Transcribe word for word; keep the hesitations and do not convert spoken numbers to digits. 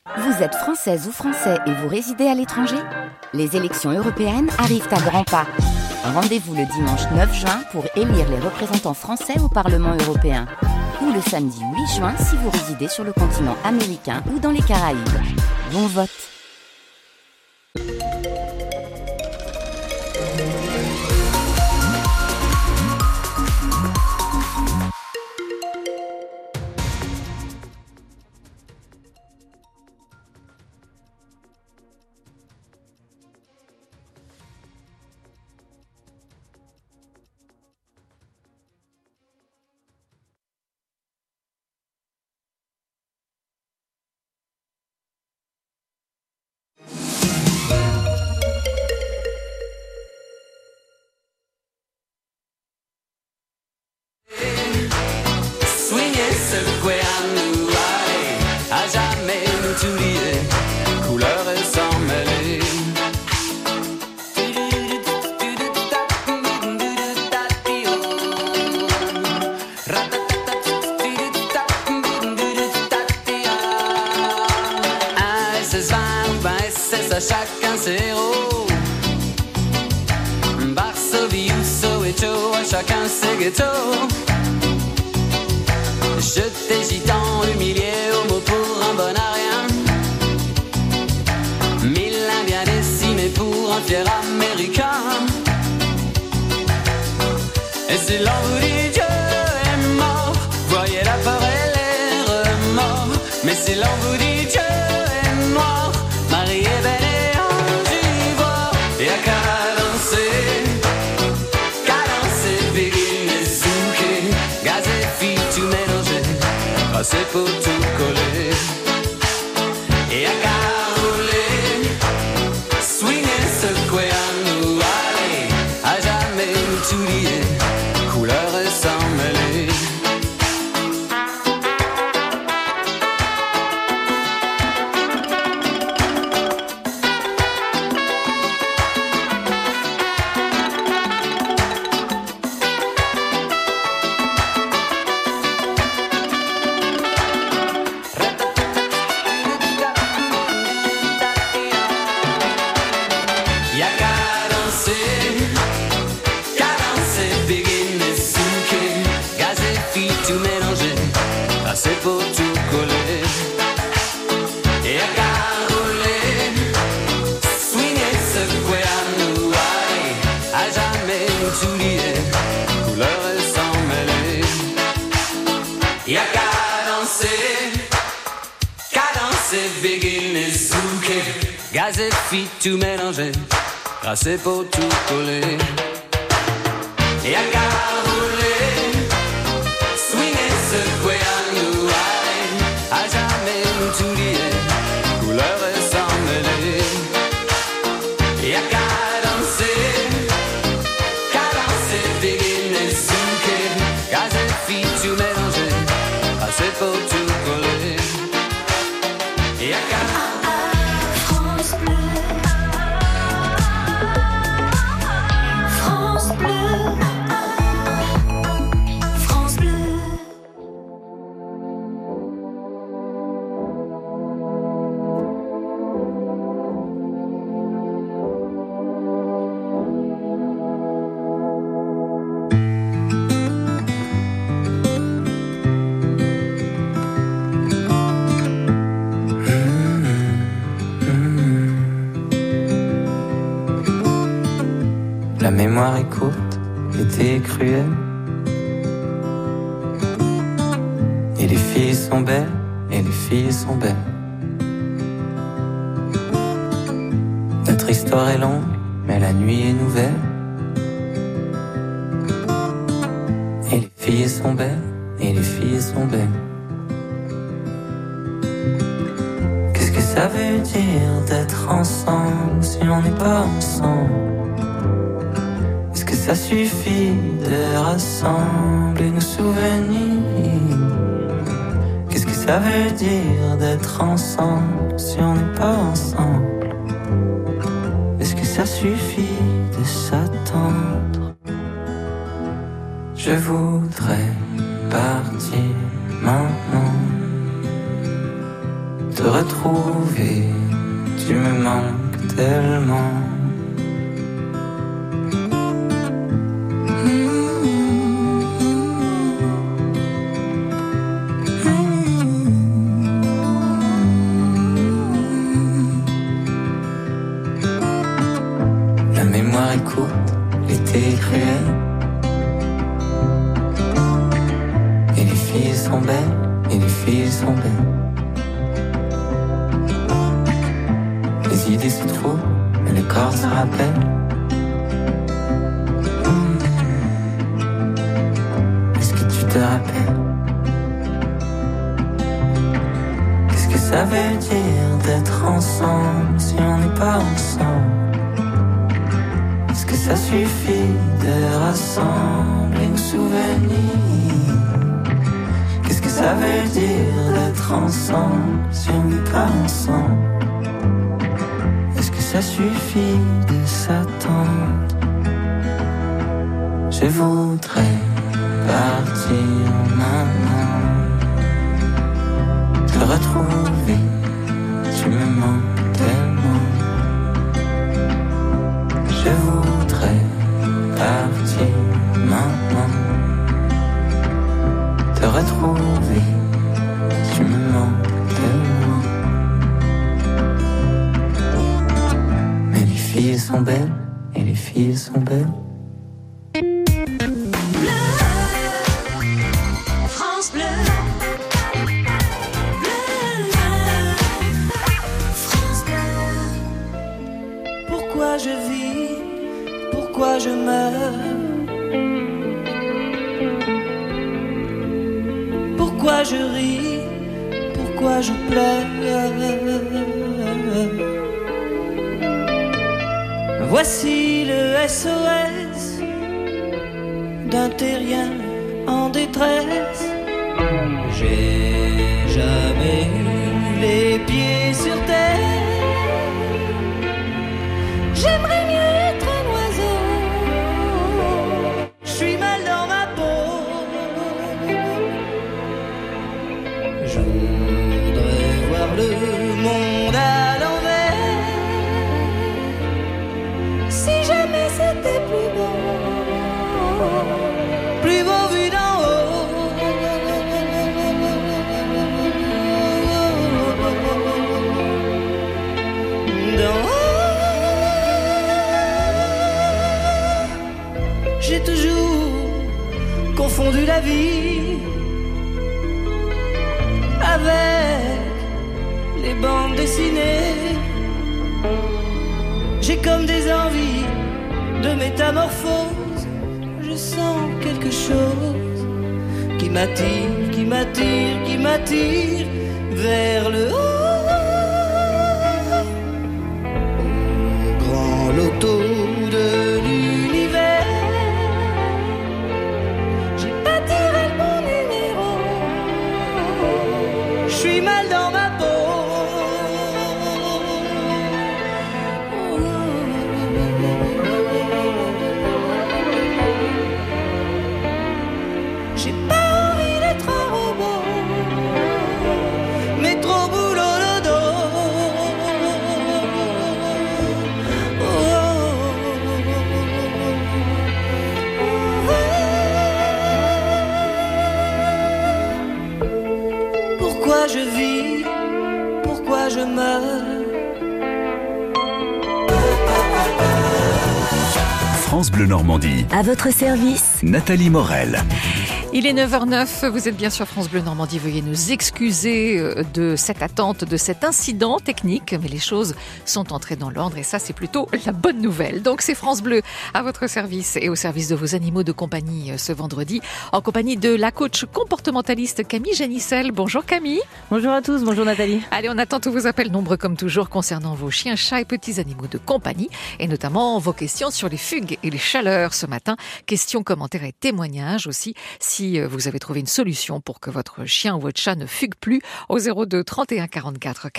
Vous êtes française ou français et vous résidez à l'étranger ? Les élections européennes arrivent à grands pas. Rendez-vous le dimanche neuf juin pour élire les représentants français au Parlement européen. Ou le samedi huit juin si vous résidez sur le continent américain ou dans les Caraïbes. Bon vote! Chacun ses héros. Varsovie ou Soweto, chacun ses ghettos. Jeté gitan, humilié, homo pour un bon à rien. Mille indiens décimés pour un fier américain. Et si l'on vous dit Dieu est mort, voyez la peur et les remords. Mais si l'on vous dit Dieu est noir, Marie est belle. C'est pour tout coller et à carouler, swinguer, secouer à nous aller, à jamais tout lier, couleur et sans mêler. C'est pour tout coller et à carouler, swinguer, secouer à nous aller, à jamais tout lier, couleur et sans mêler. Et à cadencer, cadencer, begin et zouker, gaz et filles tout mélanger, grâce pour tout coller et à carouler, swinguer, secouer à à jamais tout lié, couleur et sans mêler. Et à cadencer, cadencer, begin et zouker, gaz et filles tout mélanger, assez pour tout coller. Et à cadencer, France Bleu, France Bleu. La mémoire est courte, l'été est cruel. Et les filles sont belles, et les filles sont belles. Notre histoire est longue, mais la nuit est nouvelle. Et les filles sont belles, et les filles sont belles. Qu'est-ce que ça veut dire d'être ensemble si on n'est pas ensemble? Ça suffit de rassembler nos souvenirs. Qu'est-ce que ça veut dire d'être ensemble si on n'est pas ensemble? Est-ce que ça suffit de s'attendre? Je voudrais partir maintenant, te retrouver retrouver. Tu me manques tellement. La mémoire est courte, l'été est cruel. Et les filles sont belles, et les filles sont belles. Les idées se trouvent, et le corps se rappelle. Mmh. Est-ce que tu te rappelles? Qu'est-ce que ça veut dire d'être ensemble si on n'est pas ensemble? Est-ce que ça suffit de rassembler nos souvenirs? Qu'est-ce que ça veut dire d'être ensemble si on n'est pas ensemble? Est-ce que ça suffit de s'attendre? Je voudrais partir maintenant, te retrouver, tu me manques tellement. Je voudrais partir maintenant, te retrouver, tu me manques tellement. Mais les filles sont belles, et les filles sont belles. France Bleu. France Bleu. Pourquoi je vis, pourquoi je meurs? Pourquoi je ris, pourquoi je pleure? Voici le S O S d'un terrien en détresse. J'ai jamais eu les pieds sur terre. J'aimerais mieux être un oiseau. Je suis mal dans ma peau. Je voudrais voir le monde à l'envers. Si jamais c'était plus beau, plus beau vu d'en haut. D'en haut. J'ai toujours confondu la vie avec les bandes dessinées. J'ai comme des envies de métamorphose. Je sens quelque chose qui m'attire, qui m'attire, qui m'attire vers le haut. Au grand loto de l'univers, j'ai pas tiré le bon numéro. Je suis mal dans ma peau. J'ai pas envie d'être un robot, mais trop boulot le dos. Pourquoi je vis, pourquoi je meurs? France Bleu Normandie. À votre service, Nathalie Morel. Il est neuf heures neuf, vous êtes bien sur France Bleu Normandie. Veuillez nous excuser de cette attente, de cet incident technique, mais les choses sont entrées dans l'ordre et ça, c'est plutôt la bonne nouvelle. Donc, c'est France Bleu à votre service et au service de vos animaux de compagnie ce vendredi, en compagnie de la coach comportementaliste Camille Janissel. Bonjour Camille. Bonjour à tous, bonjour Nathalie. Allez, on attend tous vos appels nombreux comme toujours concernant vos chiens, chats et petits animaux de compagnie et notamment vos questions sur les fugues et les chaleurs ce matin. Questions, commentaires et témoignages aussi. Si vous avez trouvé une solution pour que votre chien ou votre chat ne fugue plus, au zéro deux trente et un quarante-quatre